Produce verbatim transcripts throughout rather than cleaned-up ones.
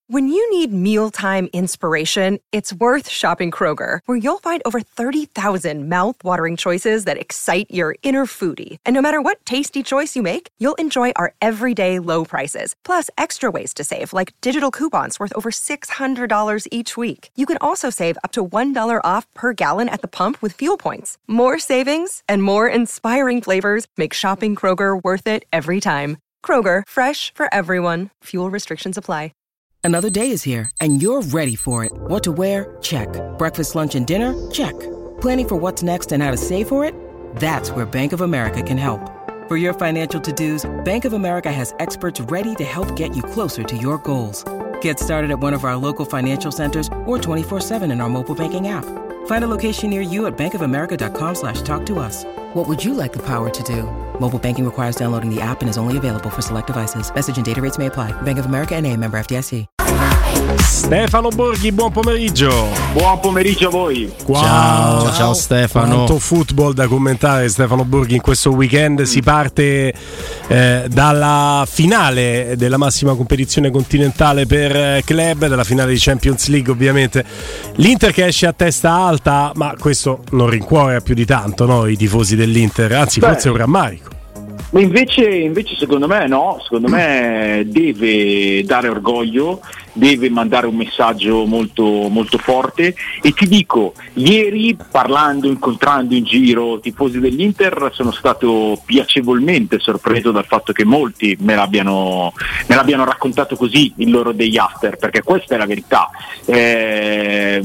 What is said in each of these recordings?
When you need mealtime inspiration, it's worth shopping Kroger, where you'll find over thirty thousand mouth-watering choices that excite your inner foodie. And no matter what tasty choice you make, you'll enjoy our everyday low prices, plus extra ways to save, like digital coupons worth over six hundred dollars each week. You can also save up to one dollar off per gallon at the pump with fuel points. More savings and more inspiring flavors make shopping Kroger worth it every time. Kroger, fresh for everyone. Fuel restrictions apply. Another day is here, and you're ready for it. What to wear? Check. Breakfast, lunch, and dinner? Check. Planning for what's next and how to save for it? That's where Bank of America can help. For your financial to-dos, Bank of America has experts ready to help get you closer to your goals. Get started at one of our local financial centers or twenty-four seven in our mobile banking app. Find a location near you at bankofamerica.com slash talk to us. What would you like the power to do? Mobile banking requires downloading the app and is only available for select devices. Message and data rates may apply. Bank of America N A, member F D I C. Stefano Borghi, buon pomeriggio. Buon pomeriggio a voi. Wow. Ciao, ciao, ciao Stefano. Quanto football da commentare, Stefano Borghi, in questo weekend. Si parte eh, dalla finale della massima competizione continentale per club, dalla finale di Champions League ovviamente. L'Inter che esce a testa alta, ma questo non rincuora più di tanto, no? I tifosi dell'Inter, anzi Beh. forse è un rammarico. Ma invece, invece secondo me no, secondo me deve dare orgoglio, deve mandare un messaggio molto, molto forte. E ti dico, ieri parlando, incontrando in giro tifosi dell'Inter, sono stato piacevolmente sorpreso dal fatto che molti me l'abbiano, me l'abbiano raccontato così il loro day after, perché questa è la verità. Eh,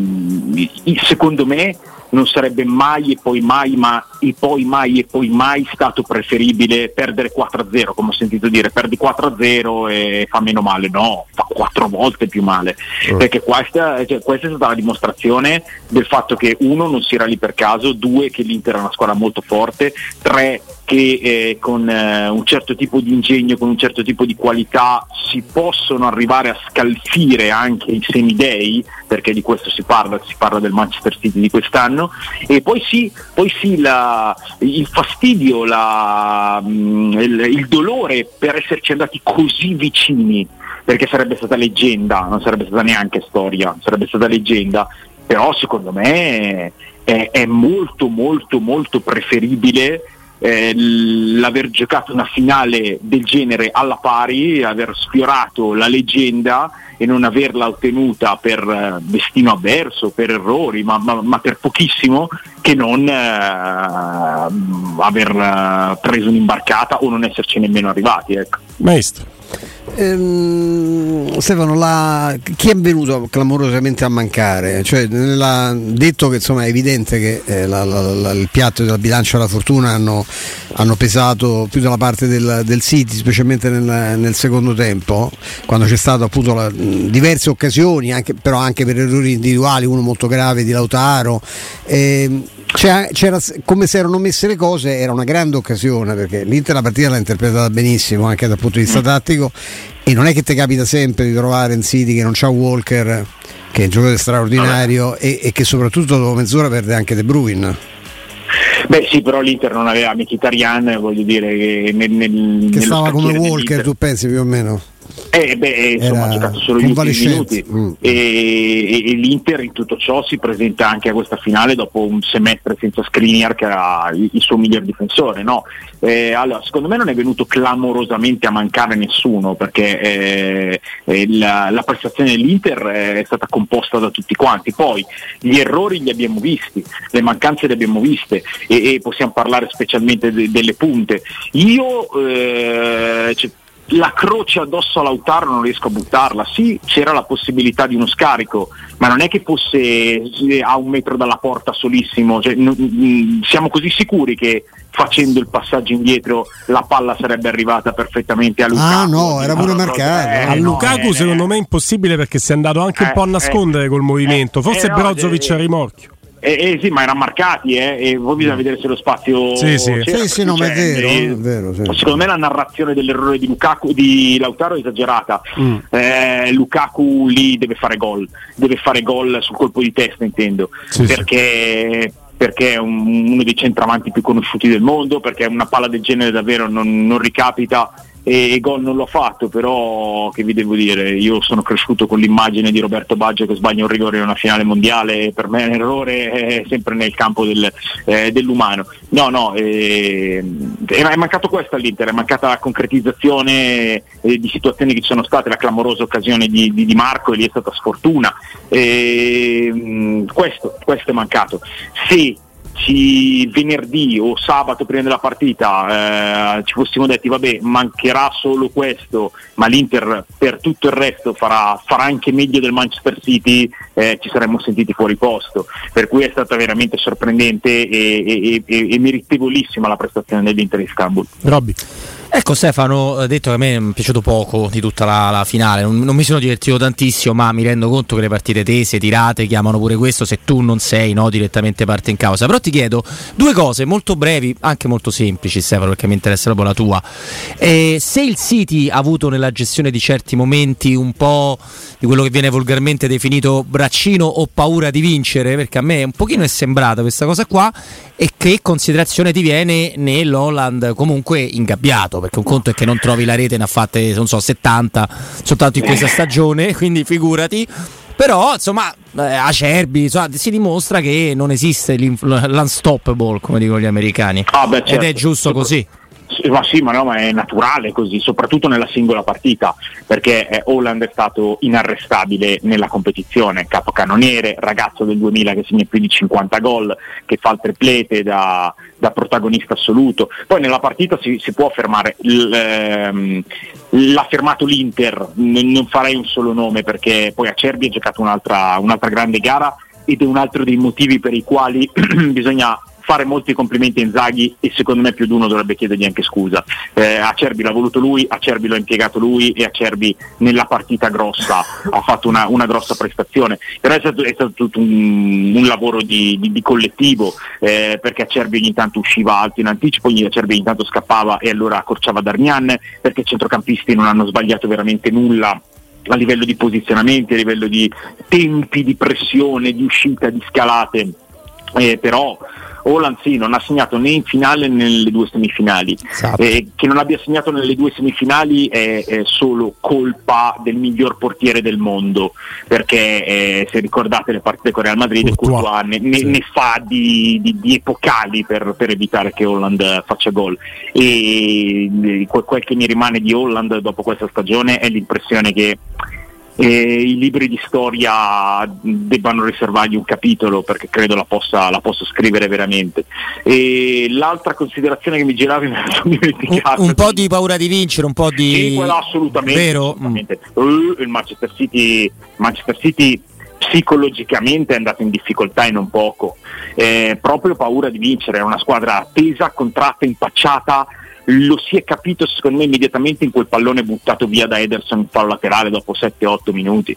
secondo me non sarebbe mai e poi mai, ma e poi mai e poi mai stato preferibile perdere quattro a zero, come ho sentito dire, perdi quattro a zero e fa meno male. No, fa quattro volte più male, oh. perché questa, cioè, questa è stata la dimostrazione del fatto che uno, non si era lì per caso, due, che l'Inter è una squadra molto forte, tre, che eh, con eh, un certo tipo di ingegno, con un certo tipo di qualità si possono arrivare a scalfire anche i semidei, perché di questo si parla, si parla del Manchester City di quest'anno. E poi sì, poi sì la, il fastidio, la, il, il dolore per esserci andati così vicini, perché sarebbe stata leggenda, non sarebbe stata neanche storia, sarebbe stata leggenda, però secondo me è, è molto molto molto preferibile Eh, l'aver giocato una finale del genere alla pari, aver sfiorato la leggenda e non averla ottenuta per eh, destino avverso, per errori, ma, ma, ma per pochissimo, che non eh, aver eh, preso un'imbarcata o non esserci nemmeno arrivati, ecco. Maestro. Ehm, Stefano, la, chi è venuto clamorosamente a mancare? Cioè, nella, detto che insomma è evidente che eh, la, la, la, il piatto della bilancia della fortuna hanno, hanno pesato più dalla parte del, del City, specialmente nel, nel secondo tempo, quando c'è stato appunto la, diverse occasioni, anche, però anche per errori individuali, uno molto grave di Lautaro. Ehm, C'era, c'era, come se erano messe le cose, era una grande occasione, perché l'Inter la partita l'ha interpretata benissimo anche dal punto di vista tattico, e non è che ti capita sempre di trovare in City che non c'ha Walker, che è un giocatore straordinario, e, e che soprattutto dopo mezz'ora perde anche De Bruyne. Beh sì, però l'Inter non aveva Mkhitaryan, voglio dire, che, nel, nel, che stava come Walker, tu pensi più o meno? Eh beh, insomma, ha giocato solo gli ultimi minuti mm. e, e, e l'Inter in tutto ciò si presenta anche a questa finale dopo un semestre senza Skriniar, che era il, il suo miglior difensore, no? Eh, allora, secondo me non è venuto clamorosamente a mancare nessuno, perché eh, eh, la, la prestazione dell'Inter è stata composta da tutti quanti. Poi gli errori li abbiamo visti, le mancanze le abbiamo viste, e, e possiamo parlare specialmente de, delle punte. Io eh, cioè, la croce addosso a Lautaro non riesco a buttarla. Sì, c'era la possibilità di uno scarico, ma non è che fosse a un metro dalla porta solissimo, cioè, n- siamo così sicuri che facendo il passaggio indietro la palla sarebbe arrivata perfettamente a Lukaku? Ah no, era pure marcato. Eh, a Lukaku no, secondo eh, me è impossibile, perché si è andato anche eh, un po' a nascondere eh, col movimento, forse eh, no, Brozovic eh, a rimorchio. Eh, eh sì, ma erano marcati, eh, e poi bisogna vedere se lo spazio sì sì sì, sì no, ma è vero, eh, è vero sì. Secondo me la narrazione dell'errore di Lukaku, di Lautaro, è esagerata. mm. eh, Lukaku lì deve fare gol, deve fare gol sul colpo di testa, intendo, sì, perché sì. perché è un, uno dei centravanti più conosciuti del mondo, perché una palla del genere davvero non, non ricapita, e, e gol non l'ho fatto, però che vi devo dire, io sono cresciuto con l'immagine di Roberto Baggio che sbaglia un rigore in una finale mondiale, e per me l'errore è sempre nel campo del, eh, dell'umano. No, no, eh, è mancato questo all'Inter, è mancata la concretizzazione eh, di situazioni che ci sono state, la clamorosa occasione di, di, di Marco, e lì è stata sfortuna. Eh, questo, questo è mancato. Se ci venerdì o sabato prima della partita eh, ci fossimo detti vabbè, mancherà solo questo, ma l'Inter per tutto il resto farà, farà anche meglio del Manchester City, eh, ci saremmo sentiti fuori posto, per cui è stata veramente sorprendente e, e, e, e meritevolissima la prestazione dell'Inter di Istanbul. Robby. Ecco Stefano, ho detto che a me è piaciuto poco di tutta la, la finale, non, non mi sono divertito tantissimo, ma mi rendo conto che le partite tese, tirate, chiamano pure questo se tu non sei, no, direttamente parte in causa. Però ti chiedo due cose molto brevi, anche molto semplici Stefano, perché mi interessa proprio la tua. Eh, se il City ha avuto nella gestione di certi momenti un po' di quello che viene volgarmente definito braccino o paura di vincere, perché a me un pochino è sembrata questa cosa qua, e che considerazione ti viene nell'Holland comunque ingabbiato? Perché un conto è che non trovi la rete, ne ha fatte non so settanta soltanto in questa stagione, quindi figurati. Però insomma eh, Acerbi insomma, si dimostra che non esiste l'unstoppable, come dicono gli americani, ah, beh, certo. Ed è giusto così. Ma sì, ma no, ma è naturale così, soprattutto nella singola partita, perché eh, Holland è stato inarrestabile nella competizione, capocannoniere, ragazzo del duemila che segna più di cinquanta gol, che fa il triplete da, da protagonista assoluto. Poi nella partita si, si può fermare, l, ehm, l'ha fermato l'Inter, n- non farei un solo nome, perché poi Acerbi ha giocato un'altra, un'altra grande gara, ed è un altro dei motivi per i quali bisogna fare molti complimenti a Inzaghi, e secondo me più di uno dovrebbe chiedergli anche scusa. eh, Acerbi l'ha voluto lui, Acerbi l'ha impiegato lui, e Acerbi nella partita grossa ha fatto una, una grossa prestazione. Però è stato, è stato tutto un, un lavoro di, di, di collettivo, eh, perché Acerbi ogni tanto usciva alto in anticipo, ogni Acerbi ogni tanto scappava e allora accorciava Darmian, perché i centrocampisti non hanno sbagliato veramente nulla a livello di posizionamenti, a livello di tempi di pressione, di uscita, di scalate. Eh, però Holland sì, non ha segnato né in finale né nelle due semifinali. Esatto. Eh, che non abbia segnato nelle due semifinali è, è solo colpa del miglior portiere del mondo, perché eh, se ricordate le partite con Real Madrid, Courtois ne, ne, sì. ne fa di, di, di epocali per, per evitare che Holland faccia gol. E eh, quel che mi rimane di Holland dopo questa stagione è l'impressione che E i libri di storia debbano riservargli un capitolo, perché credo la possa, la possa scrivere veramente. E l'altra considerazione che mi girava mi sono dimenticato. Un, un po' di paura di vincere, un po' di... Sì, quella assolutamente. Vero? assolutamente. Mm. Il Manchester City, Manchester City psicologicamente è andato in difficoltà e non poco. Eh, proprio paura di vincere, è una squadra attesa, contratta, impacciata. Lo si è capito secondo me immediatamente in quel pallone buttato via da Ederson in fallo laterale dopo sette otto minuti.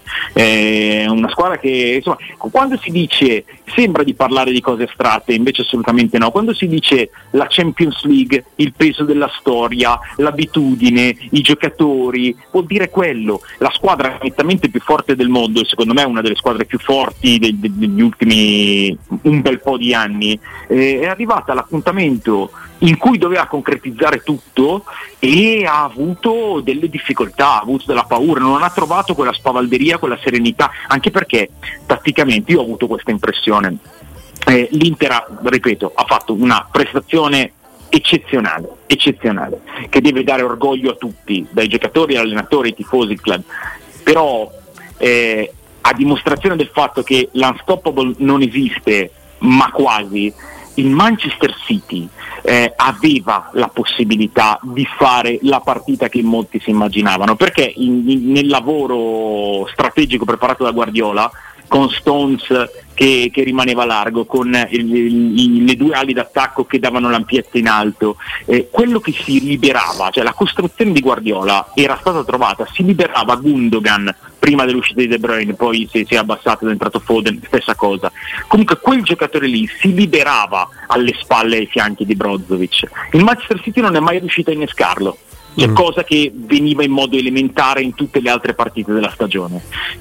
È una squadra che insomma, quando si dice, sembra di parlare di cose astratte, invece assolutamente no. Quando si dice la Champions League, il peso della storia, l'abitudine, i giocatori, vuol dire quello. La squadra nettamente più forte del mondo, e secondo me è una delle squadre più forti de- de- degli ultimi un bel po' di anni, eh, è arrivata all'appuntamento in cui doveva concretizzare tutto e ha avuto delle difficoltà, ha avuto della paura, non ha trovato quella spavalderia, quella serenità, anche perché tatticamente io ho avuto questa impressione. Eh, L'Inter, ha, ripeto, ha fatto una prestazione eccezionale, eccezionale, che deve dare orgoglio a tutti, dai giocatori all'allenatore, ai tifosi, il club, però eh, a dimostrazione del fatto che l'unstoppable non esiste, ma quasi, il Manchester City eh, aveva la possibilità di fare la partita che molti si immaginavano, perché in, in, nel lavoro strategico preparato da Guardiola, con Stones che, che rimaneva largo, con il, il, le due ali d'attacco che davano l'ampiezza in alto, eh, quello che si liberava, cioè la costruzione di Guardiola era stata trovata, si liberava Gundogan prima dell'uscita di De Bruyne, poi si, si è abbassato ed è entrato Foden, stessa cosa. Comunque quel giocatore lì si liberava alle spalle e ai fianchi di Brozovic. Il Manchester City non è mai riuscito a innescarlo, cioè, mm. cosa che veniva in modo elementare in tutte le altre partite della stagione.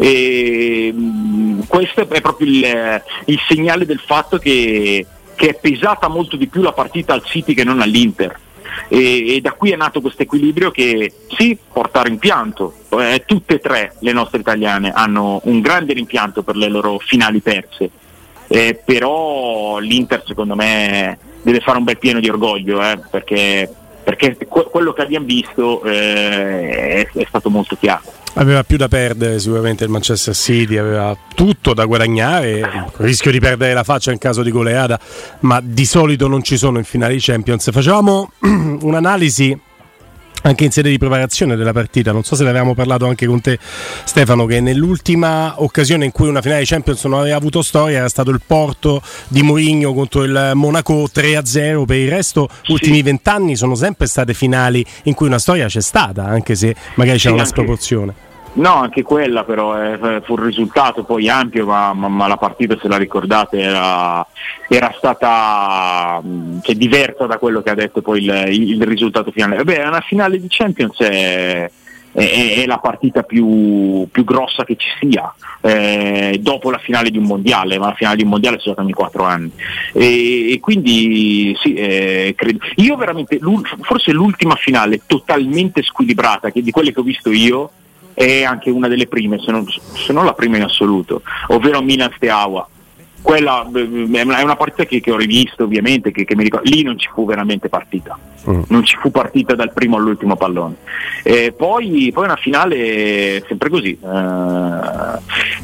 E, mh, questo è proprio il, il segnale del fatto che, che è pesata molto di più la partita al City che non all'Inter. e, e da qui è nato questo equilibrio che sì, porta a rimpianto. Eh, tutte e tre le nostre italiane hanno un grande rimpianto per le loro finali perse, eh, però l'Inter secondo me deve fare un bel pieno di orgoglio, eh, perché, perché que- quello che abbiamo visto eh, è, è stato molto chiaro. Aveva più da perdere sicuramente il Manchester City, aveva tutto da guadagnare, rischio di perdere la faccia in caso di goleada, ma di solito non ci sono in finale di Champions. Facevamo un'analisi anche in sede di preparazione della partita, non so se ne avevamo parlato anche con te Stefano, che nell'ultima occasione in cui una finale di Champions non aveva avuto storia era stato il Porto di Mourinho contro il Monaco tre a zero. Per il resto gli ultimi vent'anni sono sempre state finali in cui una storia c'è stata, anche se magari c'era sì, una sproporzione. No, anche quella però eh, fu un risultato poi ampio, ma, ma, ma la partita, se la ricordate, era, era stata cioè, diversa da quello che ha detto poi il, il risultato finale. Vabbè, una finale di Champions è, è, è la partita più, più grossa che ci sia, eh, dopo la finale di un mondiale, ma la finale di un mondiale si gioca ogni quattro anni. E, e quindi sì, eh, credo. Io veramente, forse l'ultima finale totalmente squilibrata, che di quelle che ho visto io, è anche una delle prime, se non, se non la prima in assoluto, ovvero Milan-Steaua. Quella è una partita che, che ho rivisto ovviamente, che, che mi ricordo, lì non ci fu veramente partita, mm. non ci fu partita dal primo all'ultimo pallone. E poi, poi una finale sempre così, eh,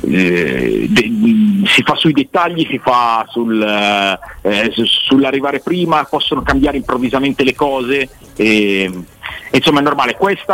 eh, de, si fa sui dettagli, si fa sul, eh, sull'arrivare prima, possono cambiare improvvisamente le cose, e, insomma è normale.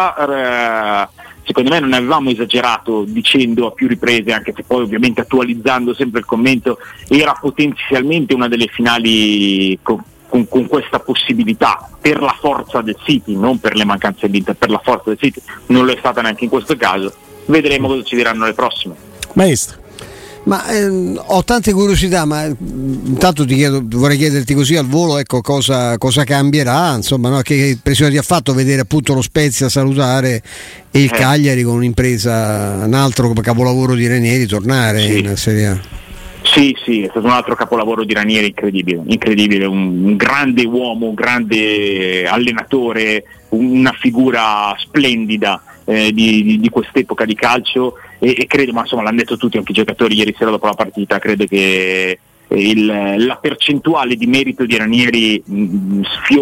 Questa eh, secondo me non avevamo esagerato dicendo a più riprese, anche se poi ovviamente attualizzando sempre il commento, era potenzialmente una delle finali con, con, con questa possibilità, per la forza del City, non per le mancanze dell'Inter, per la forza del City. Non lo è stata neanche in questo caso. Vedremo cosa ci diranno le prossime. Maestro. Ma ehm, ho tante curiosità, ma intanto ti chiedo, vorrei chiederti così al volo, ecco, cosa, cosa cambierà, insomma, no? Che impressione ti ha fatto vedere appunto lo Spezia salutare e il eh. Cagliari con un'impresa, un altro capolavoro di Ranieri tornare sì. in Serie A? Sì, sì, è stato un altro capolavoro di Ranieri incredibile, incredibile, un, un grande uomo, un grande allenatore, una figura splendida eh, di, di, di quest'epoca di calcio, e, e credo, ma insomma l'hanno detto tutti, anche i giocatori ieri sera dopo la partita, credo che il, la percentuale di merito di Ranieri mh,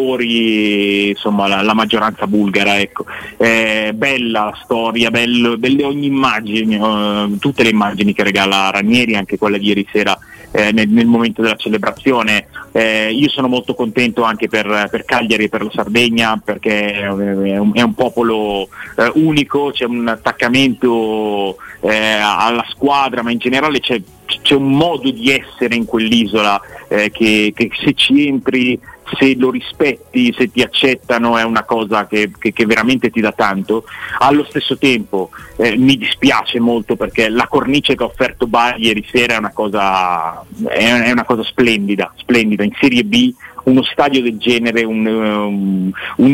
sfiori insomma la, la maggioranza bulgara, ecco. Eh, bella la storia, bello, belle ogni immagine, uh, tutte le immagini che regala Ranieri, anche quella di ieri sera eh, nel, nel momento della celebrazione. Eh, io sono molto contento anche per, per Cagliari e per la Sardegna, perché è un, è un popolo eh, unico, c'è un attaccamento eh, alla squadra, ma in generale c'è c'è un modo di essere in quell'isola eh, che, che se ci entri, se lo rispetti, se ti accettano, è una cosa che, che, che veramente ti dà tanto. Allo stesso tempo eh, mi dispiace molto, perché la cornice che ha offerto Bari ieri sera è una cosa è, è una cosa splendida, splendida. In Serie B uno stadio del genere, un, um,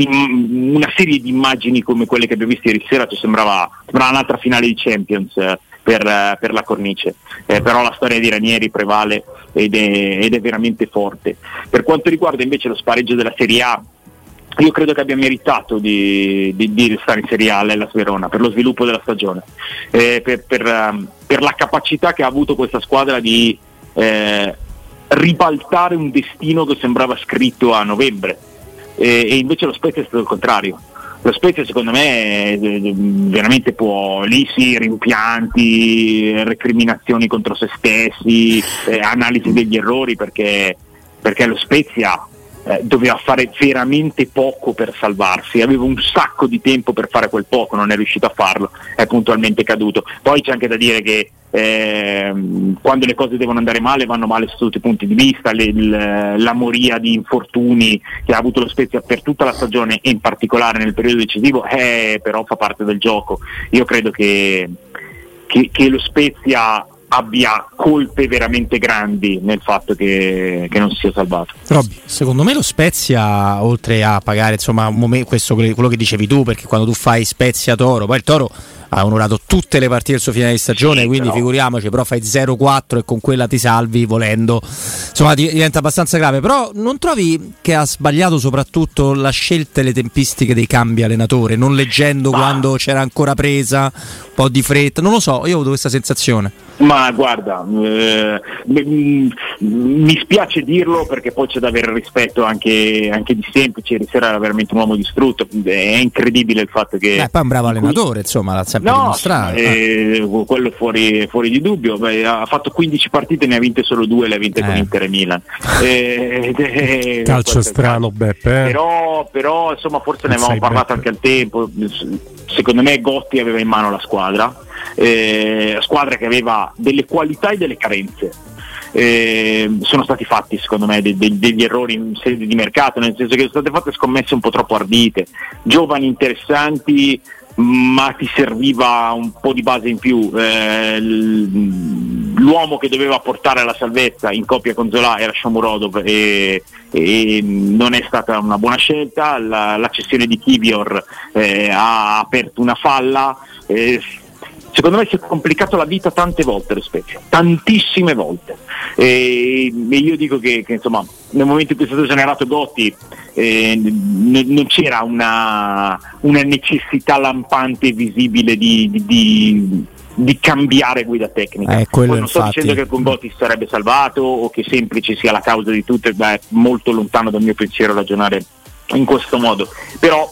un, una serie di immagini come quelle che abbiamo visto ieri sera, ci sembrava, sembrava un'altra finale di Champions eh, per, uh, per la cornice, eh, però la storia di Ranieri prevale ed è, ed è veramente forte. Per quanto riguarda invece lo spareggio della Serie A, io credo che abbia meritato di, di, di restare in Serie A l'Hellas Verona per lo sviluppo della stagione, eh, per, per, um, per la capacità che ha avuto questa squadra di eh, ribaltare un destino che sembrava scritto a novembre, e, e invece lo Spezia è stato il contrario. Lo Spezia secondo me eh, veramente può, lì sì, rimpianti, recriminazioni contro se stessi, eh, analisi degli errori, perché, perché lo Spezia eh, doveva fare veramente poco per salvarsi, aveva un sacco di tempo per fare quel poco, non è riuscito a farlo, è puntualmente caduto. Poi c'è anche da dire che Eh, quando le cose devono andare male vanno male su tutti i punti di vista, le, il, la moria di infortuni che ha avuto lo Spezia per tutta la stagione e in particolare nel periodo decisivo eh, però fa parte del gioco. Io credo che, che, che lo Spezia abbia colpe veramente grandi nel fatto che, che non si sia salvato. Robby, secondo me lo Spezia, oltre a pagare insomma un momento, questo quello che dicevi tu, perché quando tu fai Spezia Toro, poi il Toro ha onorato tutte le partite del suo finale di stagione, sì, quindi però... figuriamoci, però fai zero quattro e con quella ti salvi volendo, insomma diventa abbastanza grave. Però non trovi che ha sbagliato soprattutto la scelta e le tempistiche dei cambi allenatore, non leggendo ma... quando c'era ancora presa, un po' di fretta, non lo so, io ho avuto questa sensazione. Ma guarda, eh, mi spiace dirlo perché poi c'è da avere rispetto anche, anche di semplice. Ieri sera era veramente un uomo distrutto, è incredibile il fatto che... Beh, poi è un bravo allenatore, insomma, l'ha sempre no, dimostrato. Eh, quello fuori, fuori di dubbio. Beh, ha fatto quindici partite, ne ha vinte solo due, le ha vinte eh. con Inter e Milan. Eh, eh, Calcio strano, Beppe. Eh? Però, però insomma forse ne avevamo parlato Beppe. Anche al tempo. Secondo me Gotti aveva in mano la squadra. Eh, squadra che aveva delle qualità e delle carenze. Eh, sono stati fatti secondo me de- de- degli errori in sede di mercato, nel senso che sono state fatte scommesse un po' troppo ardite, giovani interessanti, ma ti serviva un po' di base in più. Eh, l'uomo che doveva portare alla salvezza in coppia con Zola era Shomurodov e, e non è stata una buona scelta. La, la cessione di Kivior eh, ha aperto una falla. Eh, Secondo me si è complicato la vita tante volte lo Spezia, tantissime volte. E, e io dico che, che insomma nel momento in cui è stato esonerato Gotti eh, n- non c'era una, una necessità lampante e visibile di, di, di, di cambiare guida tecnica. Eh, Poi non sto infatti. dicendo che con Gotti si sarebbe salvato o che Semplice sia la causa di tutto, beh, è molto lontano dal mio pensiero ragionare in questo modo, però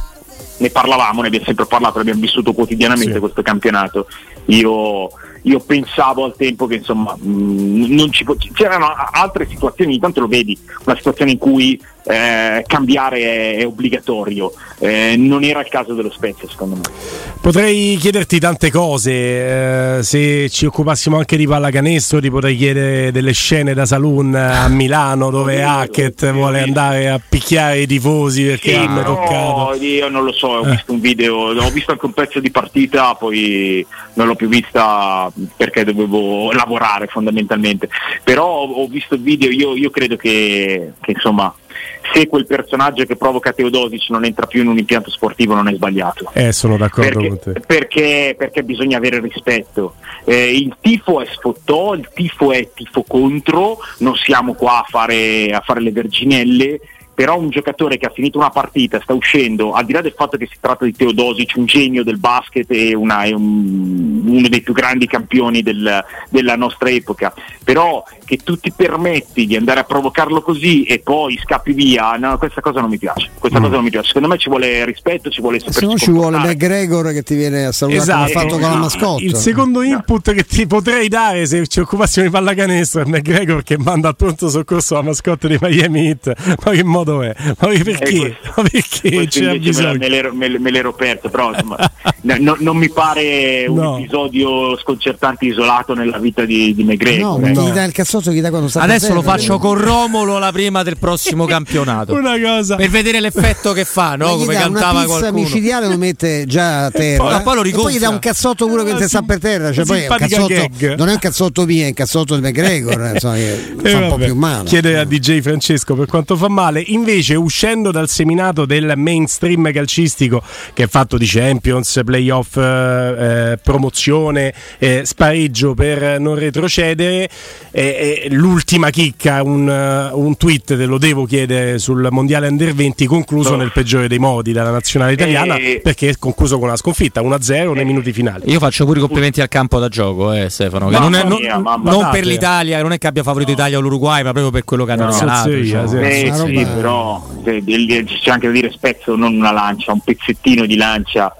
ne parlavamo, ne abbiamo sempre parlato, l'abbiamo vissuto quotidianamente sì. questo campionato. Io, io pensavo al tempo che insomma mh, non ci po- c'erano altre situazioni, intanto lo vedi, una situazione in cui eh, cambiare è, è obbligatorio, eh, non era il caso dello Spezia secondo me. Potrei chiederti tante cose, eh, se ci occupassimo anche di pallacanestro ti potrei chiedere delle scene da saloon a Milano dove Hackett vuole andare a picchiare i tifosi perché sì, hanno toccato. Io non lo so, ho eh. visto un video, ho visto anche un pezzo di partita, poi non l'ho più vista perché dovevo lavorare fondamentalmente, però ho, ho visto il video. Io, io credo che, che insomma se quel personaggio che provoca Teodosic non entra più in un impianto sportivo non è sbagliato. Eh, sono d'accordo perché, con te. Perché, perché bisogna avere rispetto. Eh, il tifo è sfottò, il tifo è tifo contro, non siamo qua a fare, a fare le verginelle. Però un giocatore che ha finito una partita, sta uscendo, al di là del fatto che si tratta di Teodosic, un genio del basket e una, è un, uno dei più grandi campioni del, della nostra epoca, però che tu ti permetti di andare a provocarlo così e poi scappi via, no, questa cosa non mi piace, questa mm. cosa non mi piace. Secondo me ci vuole rispetto, ci vuole sapersi se no ci vuole McGregor che ti viene a salutare, esatto, come ha fatto eh, con la mascotte. Il secondo input che ti potrei dare se ci occupassimo di pallacanestro è McGregor che manda al pronto soccorso la mascotte di Miami Heat. Ma che modo è? Ma perché? Questo, ma perché c'è bisogno? Me l'ero, me, me l'ero perso, però insomma, no, non mi pare un no. episodio sconcertante isolato nella vita di, di McGregor. No, eh. no. Gli dà il cazzotto, gli dà quando sta adesso per lo terra, faccio con Romolo la prima del prossimo campionato. Una cosa per vedere l'effetto che fa, no? Come cantava una qualcuno. micidiale lo mette già a terra. Poi, poi, lo e poi gli dà un cazzotto pure che sta per terra. Cioè, poi è un cazzotto, non è un cazzotto mio, è un cazzotto di McGregor. Insomma, che eh, fa vabbè. un po' più male. Chiede a D J Francesco per quanto fa male. Invece, uscendo dal seminato del mainstream calcistico che è fatto di Champions, playoff, eh, promozione, eh, spareggio per non retrocedere, eh, eh, l'ultima chicca, un, uh, un tweet te lo devo chiedere sul mondiale under venti concluso no. nel peggiore dei modi dalla nazionale italiana, eh, perché è concluso con una sconfitta uno a zero nei minuti finali. Io faccio pure i complimenti al campo da gioco, eh, Stefano, che non, è, non, mia, non per l'Italia, non è che abbia favorito no. Italia o l'Uruguay, ma proprio per quello che hanno no, regalato. Sì, diciamo. sì, eh, sì, però c'è anche da dire spezzo, non una lancia, un pezzettino di lancia.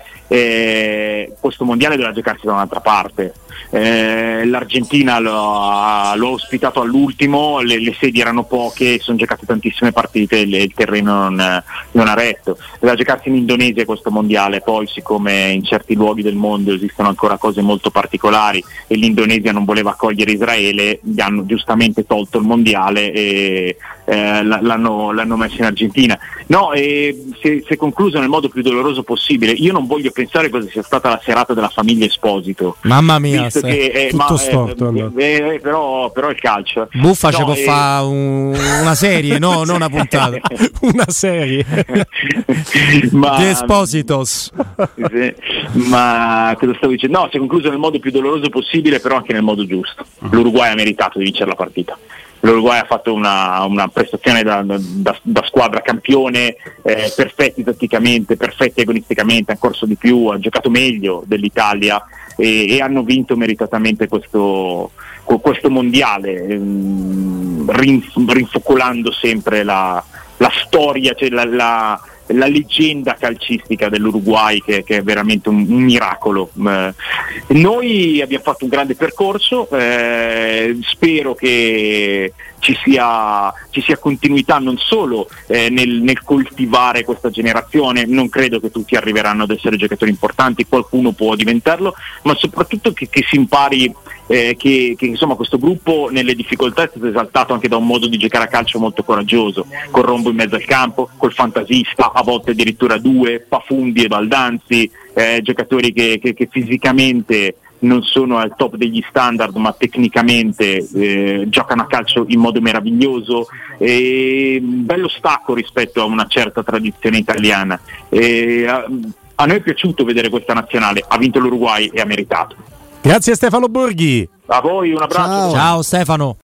Eh, questo mondiale doveva giocarsi da un'altra parte. Eh, L'Argentina lo ha, lo ha ospitato all'ultimo, le, le sedi erano poche, sono giocate tantissime partite, il, il terreno non, non ha retto. Doveva giocarsi in Indonesia questo mondiale, poi siccome in certi luoghi del mondo esistono ancora cose molto particolari e l'Indonesia non voleva accogliere Israele, gli hanno giustamente tolto il mondiale e eh, l'hanno, l'hanno messo in Argentina. No, eh, si è concluso nel modo più doloroso possibile. Io non voglio pensare cosa sia stata la serata della famiglia Esposito. Mamma mia, visto che, eh, tutto ma, storto. Eh, eh, però, però il calcio. Buffa no, ci può eh... fare un, una serie, no, non una puntata. Una serie. ma... The Espositos. Sì, ma cosa stavo dicendo? No, si è concluso nel modo più doloroso possibile, però anche nel modo giusto. L'Uruguay ha meritato di vincere la partita. L'Uruguay ha fatto una, una prestazione da, da, da squadra campione, eh, perfetti tatticamente, perfetti agonisticamente, ha corso di più, ha giocato meglio dell'Italia e, e hanno vinto meritatamente questo, questo mondiale, ehm, rinf- rinfocolando sempre la, la storia, cioè la, la la leggenda calcistica dell'Uruguay che, che è veramente un, un miracolo. Eh, noi abbiamo fatto un grande percorso, eh, spero che ci sia, ci sia continuità non solo eh, nel, nel coltivare questa generazione, non credo che tutti arriveranno ad essere giocatori importanti, qualcuno può diventarlo, ma soprattutto che, che si impari eh, che, che insomma questo gruppo nelle difficoltà è stato esaltato anche da un modo di giocare a calcio molto coraggioso, col rombo in mezzo al campo, col fantasista, a volte addirittura due, Pafundi e Baldanzi, eh, giocatori che, che, che fisicamente non sono al top degli standard, ma tecnicamente eh, giocano a calcio in modo meraviglioso, e bello stacco rispetto a una certa tradizione italiana. E, a, a noi è piaciuto vedere questa nazionale, ha vinto l'Uruguay e ha meritato. Grazie Stefano Borghi. A voi un abbraccio. Ciao, Ciao Stefano.